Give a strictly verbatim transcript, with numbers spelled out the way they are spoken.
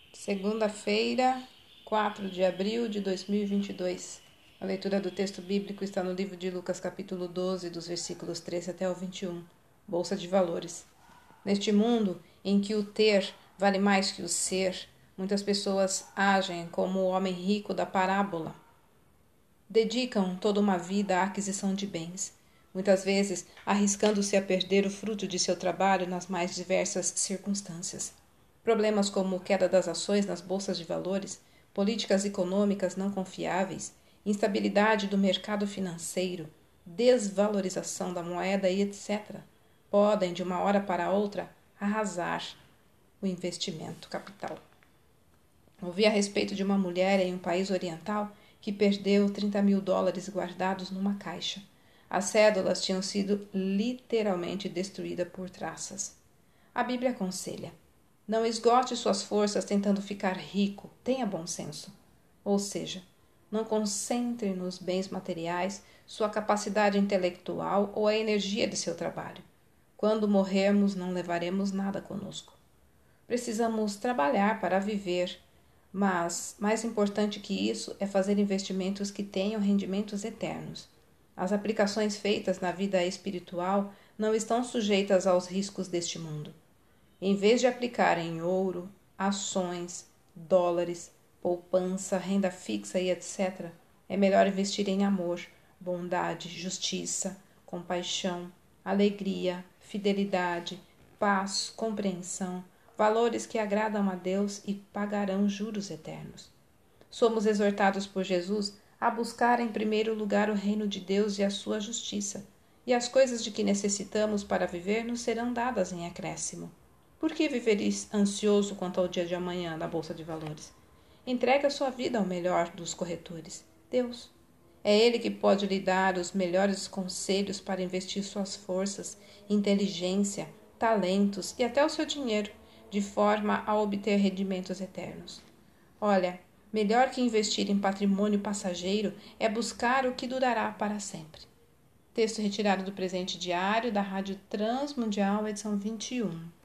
Segunda-feira, quatro de abril de dois mil e vinte e dois. A leitura do texto bíblico está no livro de Lucas, capítulo doze, dos versículos treze até o vinte e um. Bolsa de valores. Neste mundo em que o ter vale mais que o ser, muitas pessoas agem como o homem rico da parábola. Dedicam toda uma vida à aquisição de bens, muitas vezes arriscando-se a perder o fruto de seu trabalho nas mais diversas circunstâncias. Problemas como queda das ações nas bolsas de valores, políticas econômicas não confiáveis, instabilidade do mercado financeiro, desvalorização da moeda e etcétera, podem, de uma hora para outra, arrasar o investimento capital. Ouvi a respeito de uma mulher em um país oriental que perdeu trinta mil dólares guardados numa caixa. As cédulas tinham sido literalmente destruídas por traças. A Bíblia aconselha: não esgote suas forças tentando ficar rico, tenha bom senso. Ou seja, não concentre nos bens materiais sua capacidade intelectual ou a energia de seu trabalho. Quando morrermos, não levaremos nada conosco. Precisamos trabalhar para viver, mas mais importante que isso é fazer investimentos que tenham rendimentos eternos. As aplicações feitas na vida espiritual não estão sujeitas aos riscos deste mundo. Em vez de aplicar em ouro, ações, dólares, poupança, renda fixa e etcétera, é melhor investir em amor, bondade, justiça, compaixão, alegria, fidelidade, paz, compreensão, valores que agradam a Deus e pagarão juros eternos. Somos exortados por Jesus a buscar em primeiro lugar o reino de Deus e a sua justiça, e as coisas de que necessitamos para viver nos serão dadas em acréscimo. Por que viveres ansioso quanto ao dia de amanhã na Bolsa de Valores? Entregue a sua vida ao melhor dos corretores, Deus. É Ele que pode lhe dar os melhores conselhos para investir suas forças, inteligência, talentos e até o seu dinheiro, de forma a obter rendimentos eternos. Olha, melhor que investir em patrimônio passageiro é buscar o que durará para sempre. Texto retirado do presente diário da Rádio Transmundial, edição vinte e um.